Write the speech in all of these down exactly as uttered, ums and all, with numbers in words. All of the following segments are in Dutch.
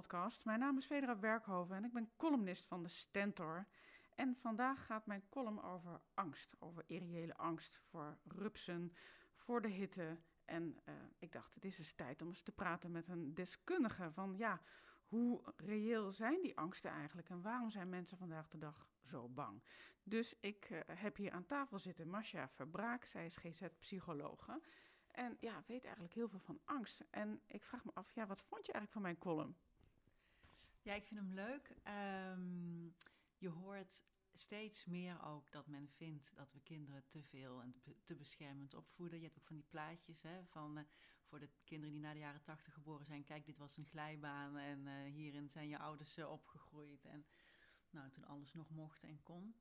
podcast. Mijn naam is Federa Werkhoven en ik ben columnist van de Stentor. En vandaag gaat mijn column over angst, over irreële angst voor rupsen, voor de hitte. En uh, ik dacht, het is eens tijd om eens te praten met een deskundige van ja, hoe reëel zijn die angsten eigenlijk en waarom zijn mensen vandaag de dag zo bang? Dus ik uh, heb hier aan tafel zitten Masha Verbraak, zij is G Z-psychologe. En ja, weet eigenlijk heel veel van angst. En ik vraag me af, ja, wat vond je eigenlijk van mijn column? Ja, ik vind hem leuk. Um, je hoort steeds meer ook dat men vindt dat we kinderen te veel en te beschermend opvoeden. Je hebt ook van die plaatjes hè, van uh, voor de kinderen die na de jaren tachtig geboren zijn. Kijk, dit was een glijbaan en uh, hierin zijn je ouders uh, opgegroeid. En nou, toen alles nog mocht en kon.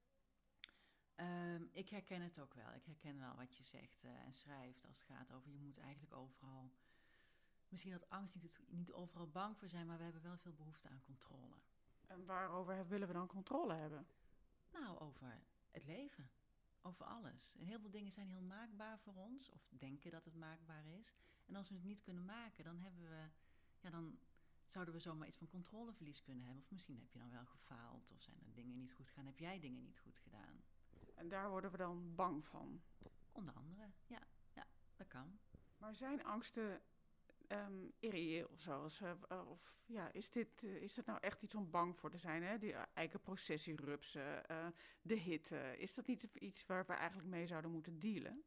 Um, ik herken het ook wel. Ik herken wel wat je zegt uh, en schrijft als het gaat over je moet eigenlijk overal... Misschien dat angst niet, niet overal bang voor zijn, maar we hebben wel veel behoefte aan controle. En waarover willen we dan controle hebben? Nou, over het leven. Over alles. En heel veel dingen zijn heel maakbaar voor ons, of denken dat het maakbaar is. En als we het niet kunnen maken, dan hebben we... Ja, dan zouden we zomaar iets van controleverlies kunnen hebben. Of misschien heb je dan wel gefaald, of zijn er dingen niet goed gegaan. Heb jij dingen niet goed gedaan? En daar worden we dan bang van? Onder andere, ja. Ja, dat kan. Maar zijn angsten... Um, irreëel, zoals, uh, uh, of ja, is dit, uh, is dat nou echt iets om bang voor te zijn, hè? Die uh, eikenprocessierupsen, uh, de hitte, is dat niet iets waar we eigenlijk mee zouden moeten dealen?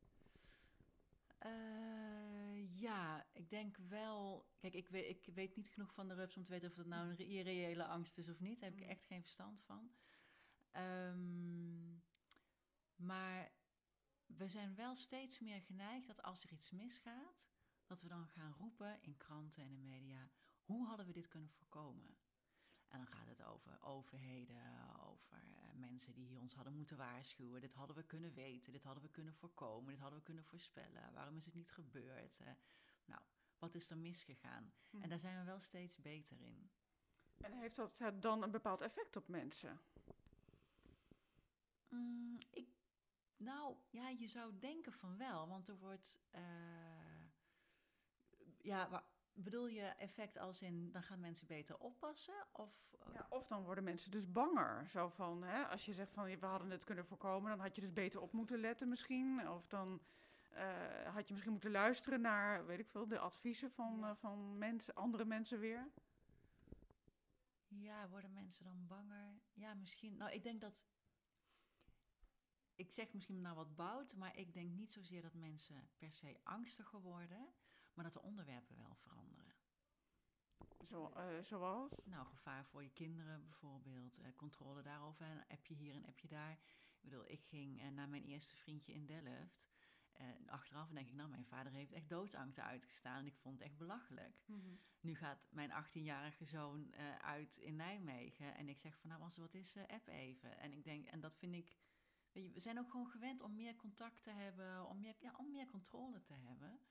Uh, ja, ik denk wel... Kijk, ik weet, ik weet niet genoeg van de rups om te weten of dat nou een irreële angst is of niet. Daar heb ik echt geen verstand van. Um, maar we zijn wel steeds meer geneigd dat als er iets misgaat... dat we dan gaan roepen in kranten en in media... hoe hadden we dit kunnen voorkomen? En dan gaat het over overheden, over uh, mensen die ons hadden moeten waarschuwen. Dit hadden we kunnen weten, dit hadden we kunnen voorkomen, dit hadden we kunnen voorspellen. Waarom is het niet gebeurd? Uh, nou, wat is er misgegaan? Hm. En daar zijn we wel steeds beter in. En heeft dat uh, dan een bepaald effect op mensen? Mm, ik, nou, ja, je zou denken van wel, want er wordt... Uh, ja, maar bedoel je effect als in, dan gaan mensen beter oppassen? Of, ja, of dan worden mensen dus banger. Zo van, hè, als je zegt van, we hadden het kunnen voorkomen, dan had je dus beter op moeten letten misschien. Of dan uh, had je misschien moeten luisteren naar, weet ik veel, de adviezen van, ja. uh, van mensen, andere mensen weer. Ja, worden mensen dan banger? Ja, misschien. Nou, ik denk dat... Ik zeg misschien nou wat bout, maar ik denk niet zozeer dat mensen per se angstiger worden, maar dat de onderwerpen wel veranderen. Zo, uh, zoals? Nou, gevaar voor je kinderen bijvoorbeeld, uh, controle daarover, een appje hier, een appje daar. Ik bedoel, ik ging uh, naar mijn eerste vriendje in Delft. Uh, achteraf denk ik, nou, mijn vader heeft echt doodsangsten uitgestaan en ik vond het echt belachelijk. Mm-hmm. Nu gaat mijn achttienjarige zoon uh, uit in Nijmegen en ik zeg van, nou, als er wat is, uh, app even. En ik denk, en dat vind ik... We zijn ook gewoon gewend om meer contact te hebben, om meer, ja, om meer controle te hebben.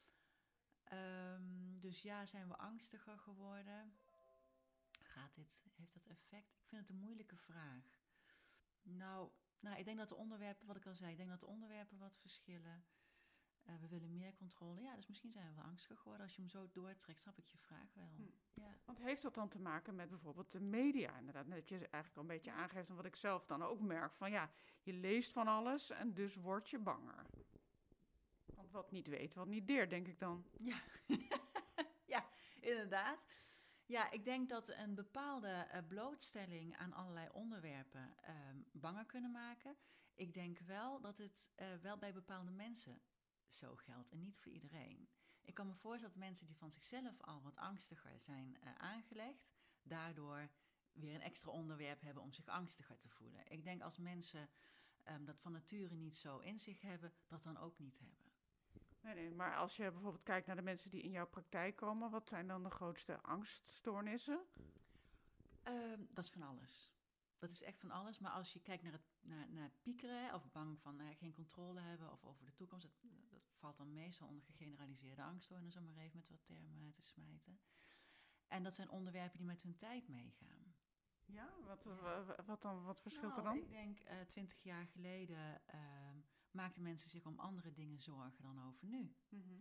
Um, dus ja, zijn we angstiger geworden? Gaat dit, heeft dat effect? Ik vind het een moeilijke vraag. Nou, nou, ik denk dat de onderwerpen, wat ik al zei, ik denk dat de onderwerpen wat verschillen. Uh, we willen meer controle. Ja, dus misschien zijn we wel angstiger geworden. Als je hem zo doortrekt, snap ik je vraag wel. Hm. Ja. Want heeft dat dan te maken met bijvoorbeeld de media? Inderdaad, net dat je eigenlijk al een beetje aangeeft en wat ik zelf dan ook merk. Van ja, je leest van alles en dus word je banger. Want wat niet weet, wat niet deert, denk ik dan. Ja, ja, inderdaad. Ja, ik denk dat een bepaalde uh, blootstelling aan allerlei onderwerpen uh, banger kunnen maken. Ik denk wel dat het uh, wel bij bepaalde mensen zo geldt en niet voor iedereen. Ik kan me voorstellen dat mensen die van zichzelf al wat angstiger zijn uh, aangelegd, daardoor weer een extra onderwerp hebben om zich angstiger te voelen. Ik denk als mensen um, dat van nature niet zo in zich hebben, dat dan ook niet hebben. Nee, nee, maar als je bijvoorbeeld kijkt naar de mensen die in jouw praktijk komen, wat zijn dan de grootste angststoornissen? Uh, dat is van alles. Dat is echt van alles. Maar als je kijkt naar het naar, naar piekeren of bang van uh, geen controle hebben of over de toekomst, dat, dat valt dan meestal onder gegeneraliseerde angststoornissen, om maar even met wat termen te smijten. En dat zijn onderwerpen die met hun tijd meegaan. Ja, wat, ja. wat, dan, wat verschilt nou, er dan? Ik denk uh, twintig jaar geleden uh, maakten mensen zich om andere dingen zorgen dan over nu. Mm-hmm.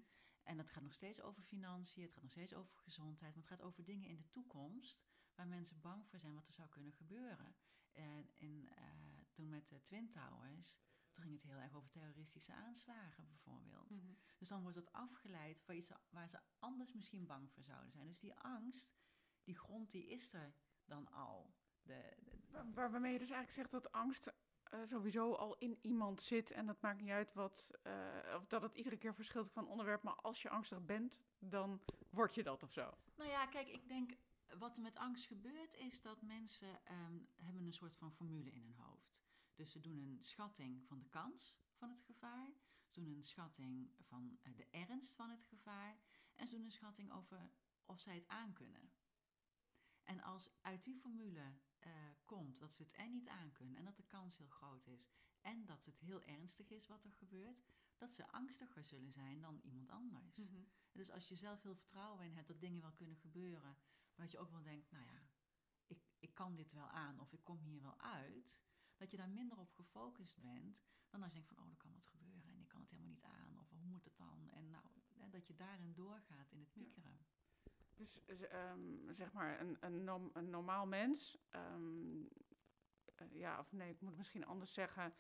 En dat gaat nog steeds over financiën, het gaat nog steeds over gezondheid, maar het gaat over dingen in de toekomst waar mensen bang voor zijn wat er zou kunnen gebeuren. En in, uh, toen met de Twin Towers, toen ging het heel erg over terroristische aanslagen bijvoorbeeld. Mm-hmm. Dus dan wordt het afgeleid van iets waar ze anders misschien bang voor zouden zijn. Dus die angst, die grond, die is er dan al. De, de, Waar, waarmee je dus eigenlijk zegt dat angst uh, sowieso al in iemand zit. En dat maakt niet uit wat, uh, of dat het iedere keer verschilt van onderwerp. Maar als je angstig bent, dan word je dat of zo. Nou ja, kijk, ik denk wat er met angst gebeurt is dat mensen um, hebben een soort van formule in hun hoofd. Dus ze doen een schatting van de kans van het gevaar. Ze doen een schatting van uh, de ernst van het gevaar. En ze doen een schatting over of zij het aankunnen. En als uit die formule uh, komt dat ze het en niet aankunnen en dat de kans heel groot is en dat het heel ernstig is wat er gebeurt, dat ze angstiger zullen zijn dan iemand anders. Mm-hmm. Dus als je zelf heel vertrouwen in hebt dat dingen wel kunnen gebeuren, maar dat je ook wel denkt, nou ja, ik, ik kan dit wel aan of ik kom hier wel uit, dat je daar minder op gefocust bent dan als je denkt van, oh, er kan wat gebeuren en ik kan het helemaal niet aan of hoe moet het dan? En nou, dat je daarin doorgaat in het piekeren. Ja. Dus um, zeg maar een, een, nom, een normaal mens, um, uh, ja of nee, ik moet het misschien anders zeggen.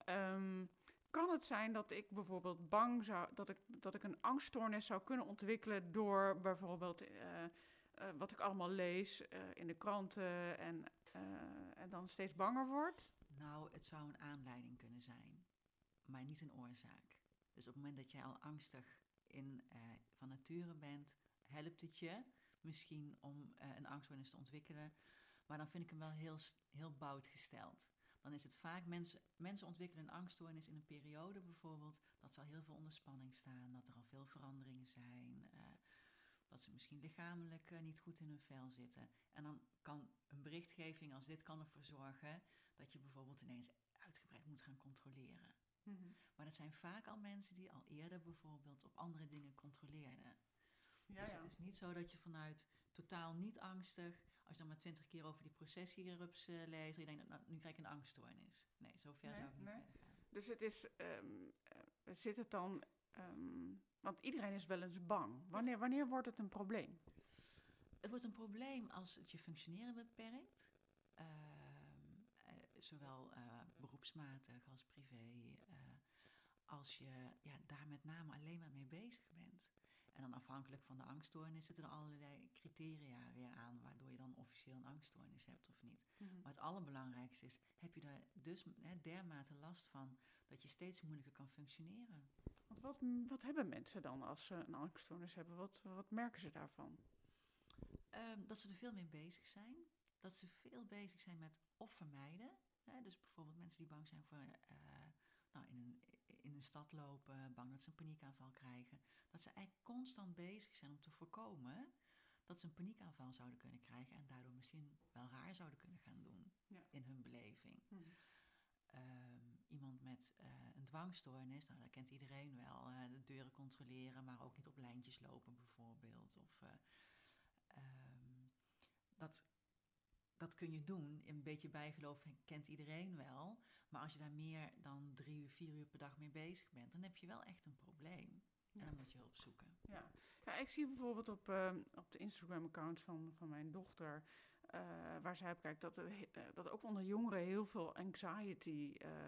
Um, kan het zijn dat ik bijvoorbeeld bang zou, dat ik, dat ik een angststoornis zou kunnen ontwikkelen door bijvoorbeeld uh, uh, wat ik allemaal lees uh, in de kranten en, uh, en dan steeds banger word? Nou, het zou een aanleiding kunnen zijn, maar niet een oorzaak. Dus op het moment dat jij al angstig in, uh, van nature bent, helpt het je misschien om uh, een angststoornis te ontwikkelen. Maar dan vind ik hem wel heel, heel bout gesteld. Dan is het vaak, mensen, mensen ontwikkelen een angststoornis in een periode bijvoorbeeld, dat ze al heel veel onder spanning staan, dat er al veel veranderingen zijn, uh, dat ze misschien lichamelijk uh, niet goed in hun vel zitten. En dan kan een berichtgeving als dit kan ervoor zorgen dat je bijvoorbeeld ineens uitgebreid moet gaan controleren. Mm-hmm. Maar dat zijn vaak al mensen die al eerder bijvoorbeeld op andere dingen controleerden. Ja, dus ja. Het is niet zo dat je vanuit totaal niet angstig, als je dan maar twintig keer over die processierups uh, leest, en je denkt, nou, nu krijg ik een angststoornis. Nee, zover nee, zou ik niet nee. willen gaan. Dus het is, um, uh, zit het dan, um, want iedereen is wel eens bang. Wanneer, wanneer wordt het een probleem? Het wordt een probleem als het je functioneren beperkt. Uh, uh, zowel uh, beroepsmatig als privé. Uh, als je ja, daar met name alleen maar mee bezig bent. En dan afhankelijk van de angststoornis zitten er allerlei criteria weer aan, waardoor je dan officieel een angststoornis hebt of niet. Mm-hmm. Maar het allerbelangrijkste is, heb je daar dus hè, dermate last van dat je steeds moeilijker kan functioneren. Want wat, wat hebben mensen dan als ze een angststoornis hebben? Wat, wat merken ze daarvan? Um, dat ze er veel mee bezig zijn. Dat ze veel bezig zijn met of vermijden. Hè, dus bijvoorbeeld mensen die bang zijn voor uh, nou, in een in een stad lopen, bang dat ze een paniekaanval krijgen. Dat ze eigenlijk constant bezig zijn om te voorkomen dat ze een paniekaanval zouden kunnen krijgen en daardoor misschien wel raar zouden kunnen gaan doen ja. in hun beleving. Hmm. Um, iemand met uh, een dwangstoornis, nou dat kent iedereen wel, uh, de deuren controleren, maar ook niet op lijntjes lopen bijvoorbeeld. Of, uh, um, dat, dat kun je doen, een beetje bijgeloof kent iedereen wel. Maar als je daar meer dan drie uur, vier uur per dag mee bezig bent, dan heb je wel echt een probleem. Ja. En dan moet je hulp zoeken. Ja, ja ik zie bijvoorbeeld op, uh, op de Instagram-account van, van mijn dochter, uh, waar zij op kijkt, dat, er, uh, dat ook onder jongeren heel veel anxiety uh,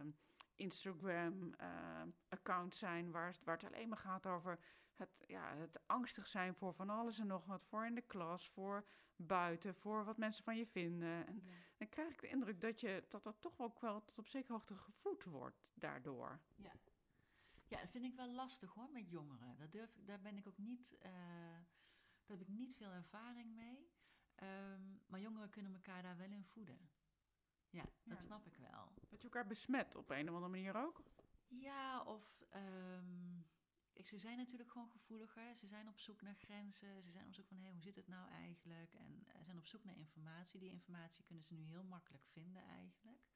Instagram-accounts uh, zijn, waar, waar het alleen maar gaat over het, ja, het angstig zijn voor van alles en nog wat, voor in de klas, voor buiten, voor wat mensen van je vinden. En ja. dan krijg ik de indruk dat, je, dat dat toch ook wel tot op zekere hoogte gevoed wordt daardoor. Ja. Ja, dat vind ik wel lastig hoor, met jongeren. Dat durf ik, daar ben ik ook niet, uh, daar heb ik niet veel ervaring mee. Um, maar jongeren kunnen elkaar daar wel in voeden. Ja, dat ja. snap ik wel. Dat je elkaar besmet op een of andere manier ook? Ja, of um, ik, ze zijn natuurlijk gewoon gevoeliger. Ze zijn op zoek naar grenzen. Ze zijn op zoek van, hé, hey, hoe zit het nou eigenlijk? En ze uh, zijn op zoek naar informatie. Die informatie kunnen ze nu heel makkelijk vinden eigenlijk.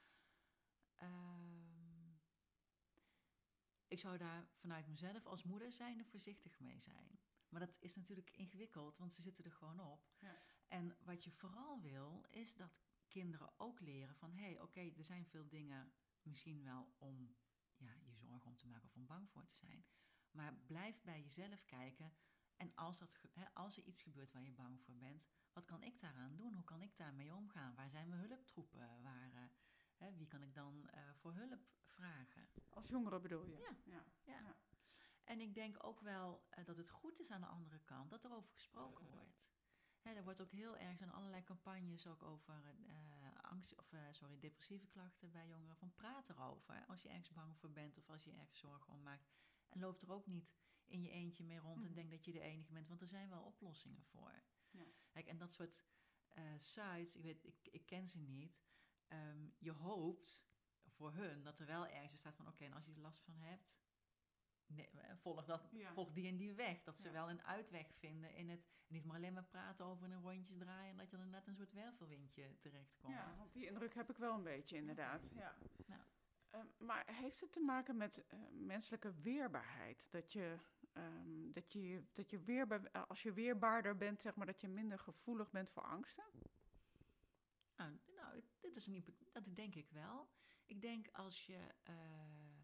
Um, ik zou daar vanuit mezelf als moeder zijnde voorzichtig mee zijn. Maar dat is natuurlijk ingewikkeld, want ze zitten er gewoon op. Ja. En wat je vooral wil, is dat kinderen ook leren van, hé, hey, oké, okay, er zijn veel dingen misschien wel om ja, je zorgen om te maken of om bang voor te zijn. Maar blijf bij jezelf kijken. En als, dat, ge- hè, als er iets gebeurt waar je bang voor bent, wat kan ik daaraan doen? Hoe kan ik daarmee omgaan? Waar zijn mijn hulptroepen? Waar, eh, hè, wie kan ik dan eh, voor hulp vragen? Als jongere bedoel je? Ja, Ja. ja. Ja. En ik denk ook wel eh, dat het goed is aan de andere kant dat er over gesproken wordt. Hè, er wordt ook heel erg, zijn allerlei campagnes ook over eh, angst, of, eh, sorry, depressieve klachten bij jongeren. Van praat erover als je ergens bang voor bent of als je ergens zorgen om maakt. En loop er ook niet in je eentje mee rond en Mhm. denk dat je de enige bent, want er zijn wel oplossingen voor. Ja. Kijk, en dat soort eh, sites, ik, weet, ik, ik ken ze niet. Ehm, je hoopt voor hun dat er wel ergens staat van oké, en als je er last van hebt, nee, eh, volg, dat, Ja. volg die en die weg. Dat ze Ja. wel een uitweg vinden in het, niet maar alleen maar praten over een rondjes draaien en dat je dan net een soort wervelwindje terechtkomt. Ja, want die indruk heb ik wel een beetje inderdaad. Ja. Nou. Ehm, maar heeft het te maken met eh, menselijke weerbaarheid? Dat je, ehm, dat je, dat je weerbaar, eh, als je weerbaarder bent, zeg maar, dat je minder gevoelig bent voor angsten? Nou, nou, dit is een, hypo- dat denk ik wel. Ik denk als je eh,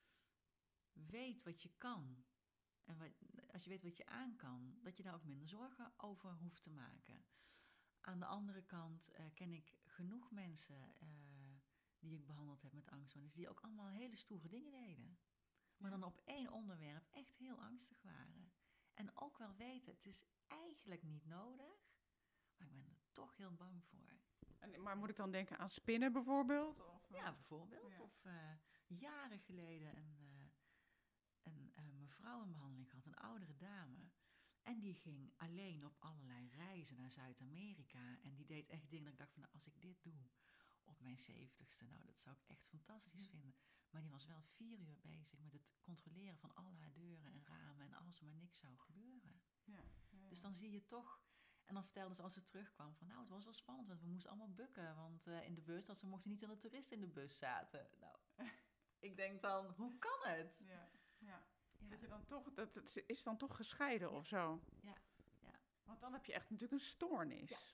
weet wat je kan en wat, als je weet wat je aan kan, dat je daar ook minder zorgen over hoeft te maken. Aan de andere kant eh, ken ik genoeg mensen eh, die ik behandeld heb met angststoornis, die ook allemaal hele stoere dingen deden. Maar Ja. dan op één onderwerp echt heel angstig waren. En ook wel weten, het is eigenlijk niet nodig, maar ik ben er toch heel bang voor. En, maar moet ik dan denken aan spinnen bijvoorbeeld? Of, eh, Ja, bijvoorbeeld. Ja. Of eh, jaren geleden een, eh, een eh, mevrouw in behandeling gehad, een oudere dame. En die ging alleen op allerlei reizen naar Zuid-Amerika. En die deed echt dingen dat ik dacht van, nou, als ik dit doe op mijn zeventigste, nou, dat zou ik echt fantastisch Mhm. vinden. Maar die was wel vier uur bezig met het controleren van al haar deuren en ramen en als er maar niks zou gebeuren. Ja, ja, ja. Dus dan zie je toch, en dan vertelde ze als ze terugkwam van, nou, het was wel spannend, want we moesten allemaal bukken, want eh, in de bus, dat ze mochten niet aan de toeristen in de bus zaten. Nou, ik denk dan, hoe kan het? Ja, ja. Ja, Dat je dan toch, dat het is dan toch gescheiden Ja. of zo. Ja, ja. Want dan heb je echt natuurlijk een stoornis.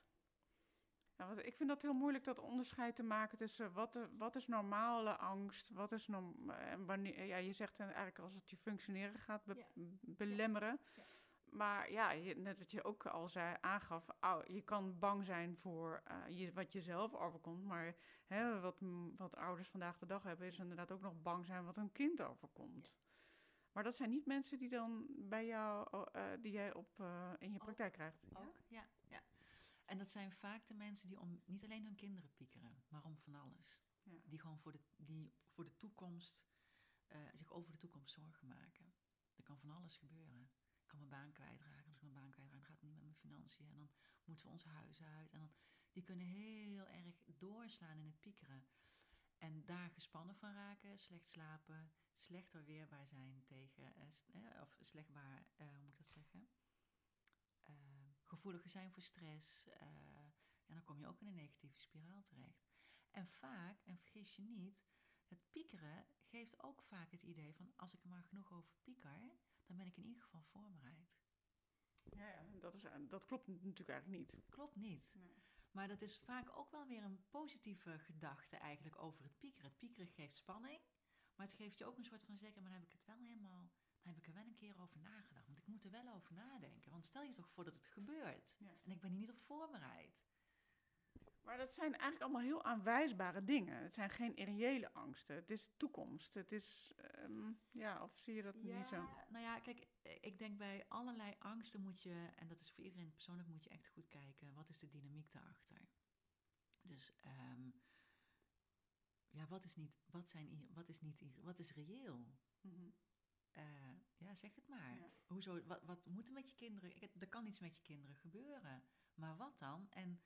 Ja, want ik vind dat heel moeilijk, dat onderscheid te maken tussen wat, de, wat is normale angst, wat is norm, en wanneer, ja, je zegt dan eigenlijk als het je functioneren gaat be- Ja. belemmeren. Ja. Maar ja, je, net wat je ook al zei, aangaf, au, je kan bang zijn voor eh, je, wat jezelf overkomt. Maar hè, wat, m- wat ouders vandaag de dag hebben, is inderdaad ook nog bang zijn wat hun kind overkomt. Maar dat zijn niet mensen die dan bij jou, oh, eh, die jij op, eh, in je Ook, praktijk krijgt. Ja? Ook, ja, ja. En dat zijn vaak de mensen die om niet alleen hun kinderen piekeren, maar om van alles. Ja. Die gewoon voor de, die voor de toekomst, eh, zich over de toekomst zorgen maken. Er kan van alles gebeuren. Ik kan mijn baan kwijtraken. Als ik mijn baan kwijtraak, dan gaat het niet met mijn financiën. En dan moeten we onze huizen uit. En dan, die kunnen heel erg doorslaan in het piekeren. En daar gespannen van raken, slecht slapen, slechter weerbaar zijn tegen, eh, s- eh, of slechtbaar, eh, hoe moet ik dat zeggen? Eh, gevoeliger zijn voor stress. eh, en dan kom je ook in een negatieve spiraal terecht. En vaak, en vergis je niet, het piekeren geeft ook vaak het idee van, als ik er maar genoeg over pieker, dan ben ik in ieder geval voorbereid. Ja, ja, dat, is, dat klopt natuurlijk eigenlijk niet. Klopt niet. Nee. Maar dat is vaak ook wel weer een positieve gedachte eigenlijk over het piekeren. Het piekeren geeft spanning, maar het geeft je ook een soort van zeker, maar dan heb ik het wel helemaal, dan heb ik er wel een keer over nagedacht. Want ik moet er wel over nadenken, want stel je toch voor dat het gebeurt. Ja. En ik ben hier niet op voorbereid. Maar dat zijn eigenlijk allemaal heel aanwijsbare dingen. Het zijn geen irreële angsten. Het is toekomst. Het is, ehm, ja, of zie je dat niet zo? Nou ja, kijk, eh, ik denk bij allerlei angsten moet je, en dat is voor iedereen persoonlijk, moet je echt goed kijken, wat is de dynamiek daarachter? Dus, ehm, ja, wat is niet, wat zijn, ir- wat is niet, ir- wat is reëel? Mhm. Eh, ja, zeg het maar. Ja. Hoezo, wat, wat moet er met je kinderen? Ik, er kan iets met je kinderen gebeuren. Maar wat dan? En,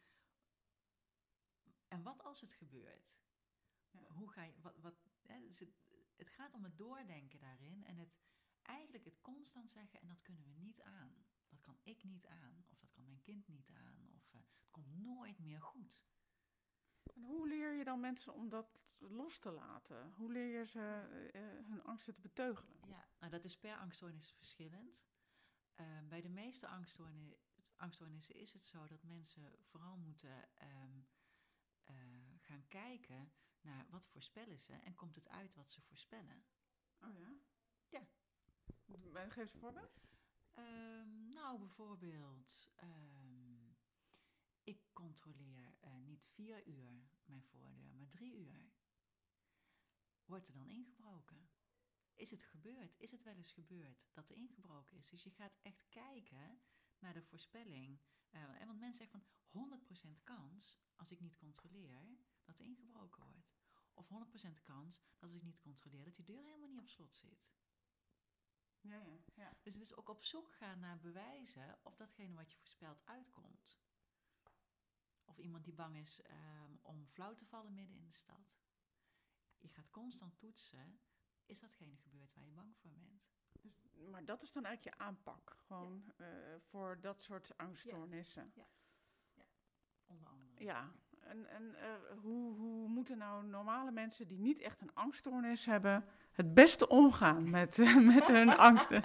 en wat als het gebeurt? Ja. Hoe ga je, wat, wat, hè, dus het, het gaat om het doordenken daarin en het eigenlijk het constant zeggen en dat kunnen we niet aan. Dat kan ik niet aan of dat kan mijn kind niet aan of eh, het komt nooit meer goed. En hoe leer je dan mensen om dat los te laten? Hoe leer je ze eh, hun angsten te beteugelen? Ja, nou dat is per angststoornis verschillend. Uh, bij de meeste angststoorni- angststoornissen is het zo dat mensen vooral moeten ehm, uh, gaan kijken naar wat voorspellen ze en komt het uit wat ze voorspellen. Oh ja? Ja. geef eens een voorbeeld. Um, nou, bijvoorbeeld, um, ik controleer uh, niet vier uur mijn voordeur, maar drie uur. Wordt er dan ingebroken? Is het gebeurd? Is het wel eens gebeurd dat er ingebroken is? Dus je gaat echt kijken naar de voorspelling. Uh, en want mensen zeggen van honderd procent kans, als ik niet controleer, dat er ingebroken wordt. Of honderd procent kans dat als ik niet controleer, dat die deur helemaal niet op slot zit. Ja, ja, ja. Dus het is ook op zoek gaan naar bewijzen of datgene wat je voorspelt uitkomt. Of iemand die bang is um, om flauw te vallen midden in de stad. Je gaat constant toetsen, is datgene gebeurd waar je bang voor bent? Dus, maar dat is dan eigenlijk je aanpak, gewoon ja. uh, voor dat soort angststoornissen. Ja, ja. ja. Onder andere. Ja, en, en uh, hoe, hoe moeten nou normale mensen die niet echt een angststoornis hebben, het beste omgaan met, uh, met hun angsten?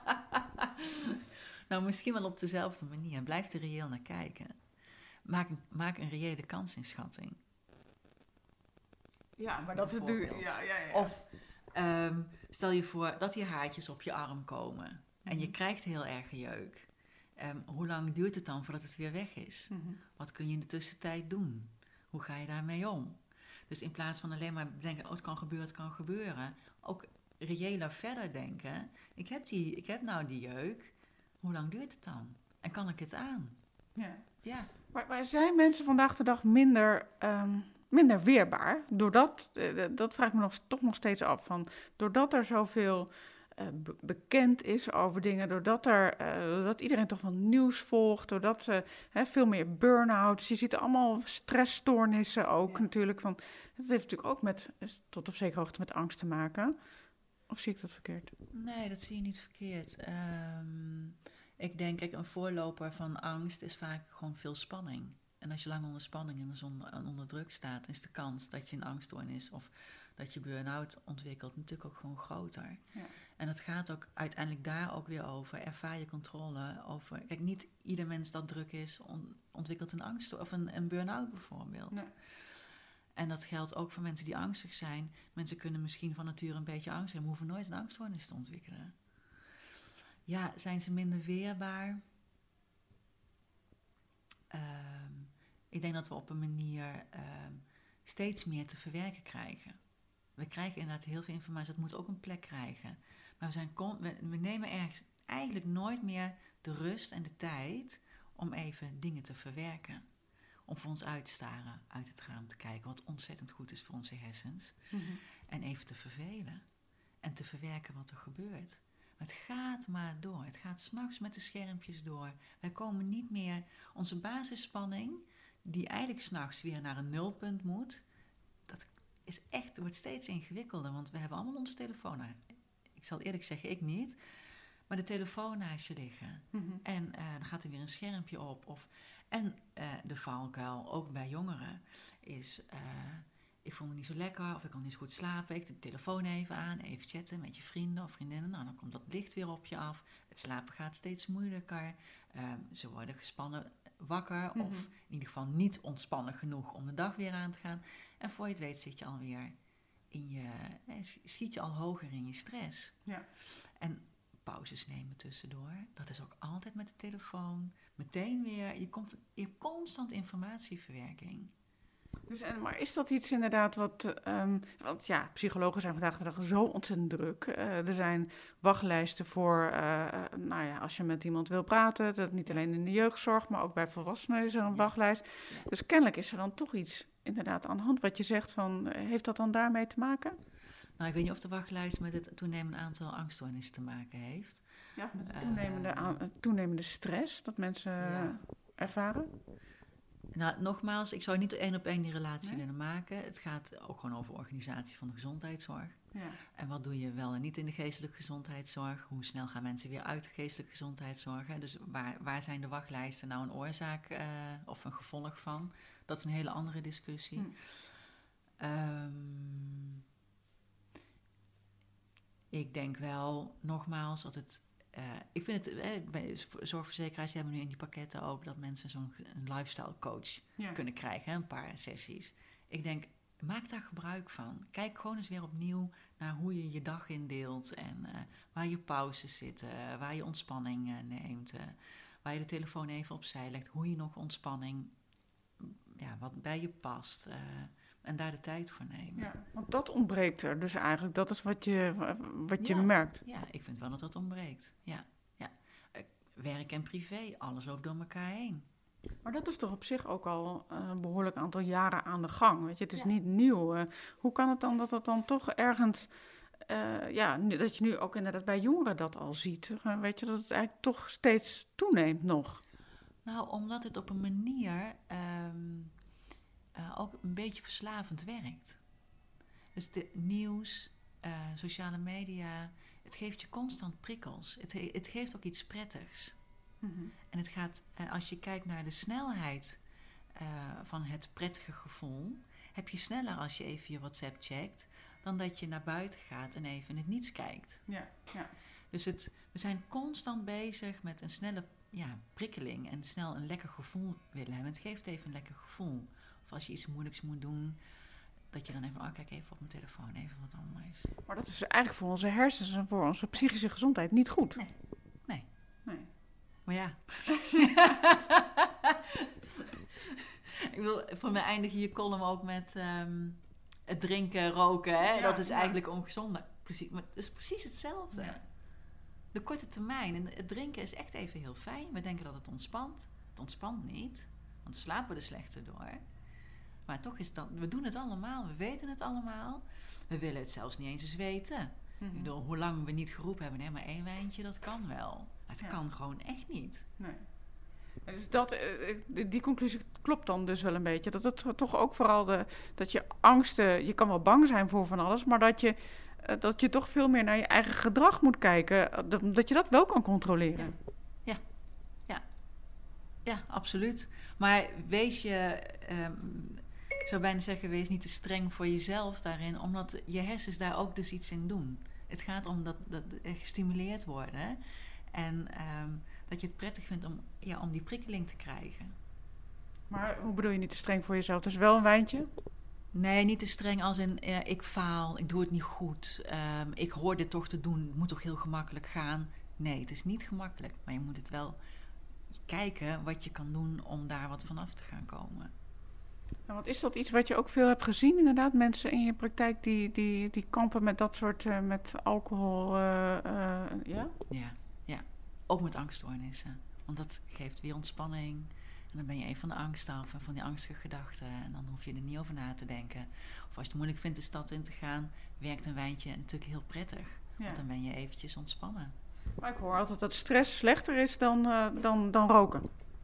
Nou, misschien wel op dezelfde manier. Blijf er reëel naar kijken. Maak een, maak een reële kansinschatting. Ja, maar dat is nu. Ja, ja, ja. Of um, stel je voor dat die haartjes op je arm komen mm-hmm. en je krijgt heel erg jeuk. Um, hoe lang duurt het dan voordat het weer weg is? Mm-hmm. Wat kun je in de tussentijd doen? Hoe ga je daarmee om? Dus in plaats van alleen maar denken, oh, het kan gebeuren, het kan gebeuren. Ook reëler verder denken. Ik heb, die, ik heb nou die jeuk. Hoe lang duurt het dan? En kan ik het aan? Ja. Ja. Maar, maar zijn mensen vandaag de dag minder, um, minder weerbaar? Doordat, uh, dat vraag ik me nog, toch nog steeds af. Van, doordat er zoveel uh, be- bekend is over dingen. Doordat, er, uh, doordat iedereen toch wel nieuws volgt. Doordat uh, hè, veel meer burn-outs. Je ziet allemaal stressstoornissen ook ja. natuurlijk. Van, dat heeft natuurlijk ook met, tot op zekere hoogte met angst te maken. Of zie ik dat verkeerd? Nee, dat zie je niet verkeerd. Um, ik denk, kijk, een voorloper van angst is vaak gewoon veel spanning. En als je lang onder spanning en onder, onder druk staat, is de kans dat je een angststoornis of dat je burn-out ontwikkelt natuurlijk ook gewoon groter. Ja. En het gaat ook uiteindelijk daar ook weer over. Ervaar je controle over. Kijk, niet ieder mens dat druk is, on, ontwikkelt een angst of een, een burn-out bijvoorbeeld. Nee. En dat geldt ook voor mensen die angstig zijn. Mensen kunnen misschien van nature een beetje angst hebben, maar hoeven nooit een angststoornis te ontwikkelen. Ja, zijn ze minder weerbaar? Um, ik denk dat we op een manier um, steeds meer te verwerken krijgen. We krijgen inderdaad heel veel informatie, dat moet ook een plek krijgen. Maar we, zijn con- we, we nemen ergens eigenlijk nooit meer de rust en de tijd om even dingen te verwerken. Om voor ons uit te staren, uit het raam te kijken, wat ontzettend goed is voor onze hersens. Mm-hmm. En even te vervelen en te verwerken wat er gebeurt. Maar het gaat maar door. Het gaat 's nachts met de schermpjes door. Wij komen niet meer... Onze basisspanning, die eigenlijk 's nachts weer naar een nulpunt moet, dat is echt, wordt steeds ingewikkelder. Want we hebben allemaal onze telefoon. Nou, ik zal eerlijk zeggen, ik niet. Maar de telefoon naast je liggen. Mm-hmm. En uh, dan gaat er weer een schermpje op. Of, en uh, de valkuil, ook bij jongeren, is... Uh, ik voel me niet zo lekker of ik kan niet zo goed slapen. Ik de telefoon even aan, even chatten met je vrienden of vriendinnen. Nou, dan komt dat licht weer op je af. Het slapen gaat steeds moeilijker. Um, ze worden gespannen wakker mm-hmm. of in ieder geval niet ontspannen genoeg om de dag weer aan te gaan. En voor je het weet zit je alweer in je, eh, schiet je al hoger in je stress. Ja. En pauzes nemen tussendoor, dat is ook altijd met de telefoon. Meteen weer, je, komt, je hebt constant informatieverwerking. Dus, en, maar is dat iets inderdaad wat... Um, want ja, psychologen zijn vandaag de dag zo ontzettend druk. Uh, er zijn wachtlijsten voor... Uh, nou ja, als je met iemand wil praten... dat niet alleen in de jeugdzorg... maar ook bij volwassenen is er een ja. wachtlijst. Ja. Dus kennelijk is er dan toch iets inderdaad aan de hand... wat je zegt van... heeft dat dan daarmee te maken? Nou, ik weet niet of de wachtlijst met het toenemende aantal angststoornissen te maken heeft. Ja, met de toenemende, aan, toenemende stress... dat mensen ja. ervaren... Nou, nogmaals, ik zou niet één op één die relatie nee? willen maken. Het gaat ook gewoon over organisatie van de gezondheidszorg. Ja. En wat doe je wel en niet in de geestelijke gezondheidszorg? Hoe snel gaan mensen weer uit de geestelijke gezondheidszorg? Hè? Dus waar, waar zijn de wachtlijsten nou een oorzaak uh, of een gevolg van? Dat is een hele andere discussie. Hm. Um, ik denk wel, nogmaals, dat het... Uh, ik vind het, eh, bij zorgverzekeraars hebben nu in die pakketten ook dat mensen zo'n een lifestyle coach ja. kunnen krijgen, hè, een paar sessies. Ik denk, maak daar gebruik van. Kijk gewoon eens weer opnieuw naar hoe je je dag indeelt en uh, waar je pauzes zitten, uh, waar je ontspanning uh, neemt, uh, waar je de telefoon even opzij legt, hoe je nog ontspanning, ja, wat bij je past uh, en daar de tijd voor nemen. Ja, want dat ontbreekt er dus eigenlijk, dat is wat je, wat je ja, merkt. Ja, ik vind wel dat dat ontbreekt. Ja, ja. Uh, werk en privé, alles loopt door elkaar heen. Maar dat is toch op zich ook al een behoorlijk aantal jaren aan de gang. Weet je, het is ja. niet nieuw. Uh, hoe kan het dan dat het dan toch ergens, uh, ja, nu, dat je nu ook inderdaad bij jongeren dat al ziet? Uh, weet je, dat het eigenlijk toch steeds toeneemt nog? Nou, omdat het op een manier um, uh, ook een beetje verslavend werkt. Dus de nieuws, uh, sociale media, het geeft je constant prikkels. Het, het geeft ook iets prettigs. Mm-hmm. En het gaat, uh, als je kijkt naar de snelheid uh, van het prettige gevoel, heb je sneller als je even je WhatsApp checkt, dan dat je naar buiten gaat en even in het niets kijkt. Ja, ja. Dus het, we zijn constant bezig met een snelle ja, prikkeling en snel een lekker gevoel willen hebben. Het geeft even een lekker gevoel. Of als je iets moeilijks moet doen, dat je dan even, oh kijk even op mijn telefoon, even wat anders. Maar dat is eigenlijk voor onze hersens en voor onze psychische gezondheid niet goed. Nee, nee. nee. Maar ja. Ik wil, voor mij eindig je column ook met um, het drinken, roken. Hè? Ja, dat is ja. eigenlijk ongezond. Precies, maar het is precies hetzelfde. Ja. De korte termijn. En het drinken is echt even heel fijn. We denken dat het ontspant. Het ontspant niet. Want we slapen er slechter door. Maar toch is dat... We doen het allemaal. We weten het allemaal. We willen het zelfs niet eens eens weten. Mm-hmm. Ik bedoel, hoe lang we niet geroepen hebben. Nee, maar één wijntje, dat kan wel. Maar het ja. kan gewoon echt niet. Nee. Dus dat, die conclusie klopt dan dus wel een beetje. Dat het toch ook vooral de... Dat je angsten... Je kan wel bang zijn voor van alles. Maar dat je... dat je toch veel meer naar je eigen gedrag moet kijken. Dat je dat wel kan controleren. Ja, ja, ja, absoluut. Maar wees je, um, ik zou bijna zeggen, wees niet te streng voor jezelf daarin. Omdat je hersens daar ook dus iets in doen. Het gaat om dat, dat gestimuleerd worden. Hè? En um, dat je het prettig vindt om, ja, om die prikkeling te krijgen. Maar hoe bedoel je niet te streng voor jezelf? Dus wel een wijntje? Nee, niet te streng als in, uh, ik faal, ik doe het niet goed, um, ik hoor dit toch te doen, het moet toch heel gemakkelijk gaan. Nee, het is niet gemakkelijk, maar je moet het wel kijken wat je kan doen om daar wat vanaf te gaan komen. Nou, wat is dat iets wat je ook veel hebt gezien, inderdaad? Mensen in je praktijk die, die, die kampen met dat soort, uh, met alcohol, uh, uh, ja? Ja, ja, ook met angststoornissen, want dat geeft weer ontspanning. En dan ben je even van de angst af en van die angstige gedachten. En dan hoef je er niet over na te denken. Of als je het moeilijk vindt de stad in te gaan, werkt een wijntje natuurlijk heel prettig. Ja. Want dan ben je eventjes ontspannen. Maar ik hoor altijd dat stress slechter is dan, uh, dan, dan roken.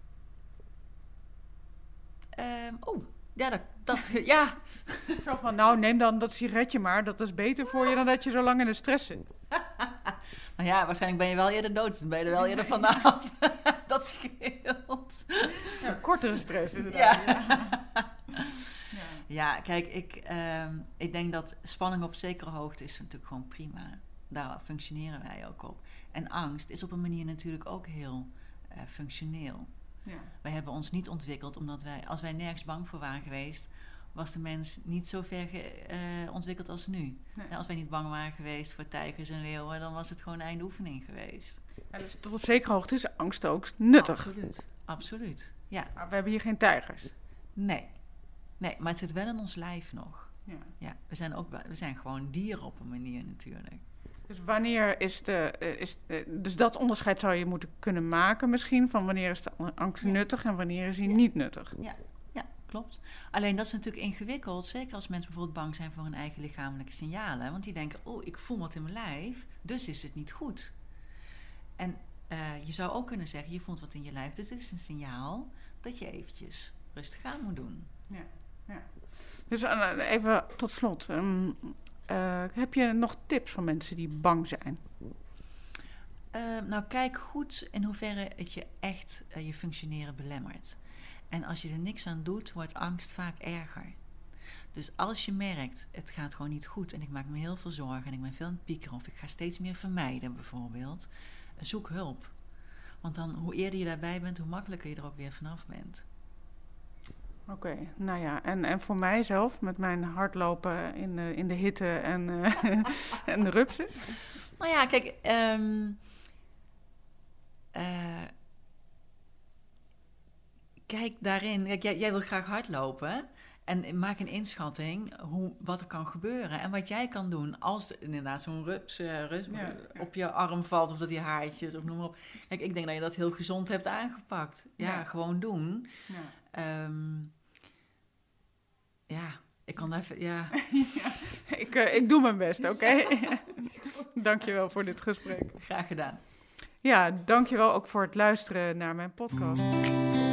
Um, oh, ja, dat, dat ja. Zo van, nou neem dan dat sigaretje maar. Dat is beter voor je dan dat je zo lang in de stress zit. Nou ja, waarschijnlijk ben je wel eerder dood. Dan ben je er wel eerder vanaf. Dat scheelt. Ja, kortere stress inderdaad. Ja, ja. ja kijk, ik, um, ik denk dat spanning op zekere hoogte is natuurlijk gewoon prima. Daar functioneren wij ook op. En angst is op een manier natuurlijk ook heel uh, functioneel. Ja. Wij hebben ons niet ontwikkeld omdat wij, als wij nergens bang voor waren geweest, was de mens niet zo ver ge, uh, ontwikkeld als nu. Nee. En als wij niet bang waren geweest voor tijgers en leeuwen, dan was het gewoon een einde oefening geweest. Ja, dus tot op zekere hoogte is angst ook nuttig. Absoluut, absoluut. Ja. Maar we hebben hier geen tijgers. Nee, nee, maar het zit wel in ons lijf nog. Ja. Ja, we zijn ook, we zijn gewoon dieren op een manier natuurlijk. Dus wanneer is de, is de, dus dat onderscheid zou je moeten kunnen maken misschien, van wanneer is de angst ja. nuttig en wanneer is die ja. niet nuttig. Ja. ja, klopt. Alleen dat is natuurlijk ingewikkeld, zeker als mensen bijvoorbeeld bang zijn voor hun eigen lichamelijke signalen. Want die denken, oh, ik voel wat in mijn lijf, dus is het niet goed. En uh, je zou ook kunnen zeggen, je voelt wat in je lijf, dus dit is een signaal dat je eventjes rustig aan moet doen. Ja, ja. Dus uh, even tot slot. Um, Uh, heb je nog tips voor mensen die bang zijn? Uh, nou, kijk goed in hoeverre het je echt uh, je functioneren belemmert. En als je er niks aan doet, wordt angst vaak erger. Dus als je merkt, het gaat gewoon niet goed en ik maak me heel veel zorgen en ik ben veel aan het piekeren of ik ga steeds meer vermijden bijvoorbeeld, uh, zoek hulp. Want dan, hoe eerder je daarbij bent, hoe makkelijker je er ook weer vanaf bent. Oké, okay, nou ja, en, en voor mijzelf met mijn hardlopen in de, in de hitte en, uh, en de rupsen? Nou ja, kijk, um, uh, kijk daarin, kijk, jij, jij wil graag hardlopen en maak een inschatting hoe, wat er kan gebeuren en wat jij kan doen als inderdaad zo'n rups, uh, rups ja, ja. op je arm valt of dat die haartjes of noem maar op. Kijk, ik denk dat je dat heel gezond hebt aangepakt. Ja, ja. gewoon doen. Ja. Um, ja, ik kan even, ja. ja ik, uh, ik doe mijn best, oké? Okay? Dankjewel voor dit gesprek. Graag gedaan. Ja, dankjewel ook voor het luisteren naar mijn podcast.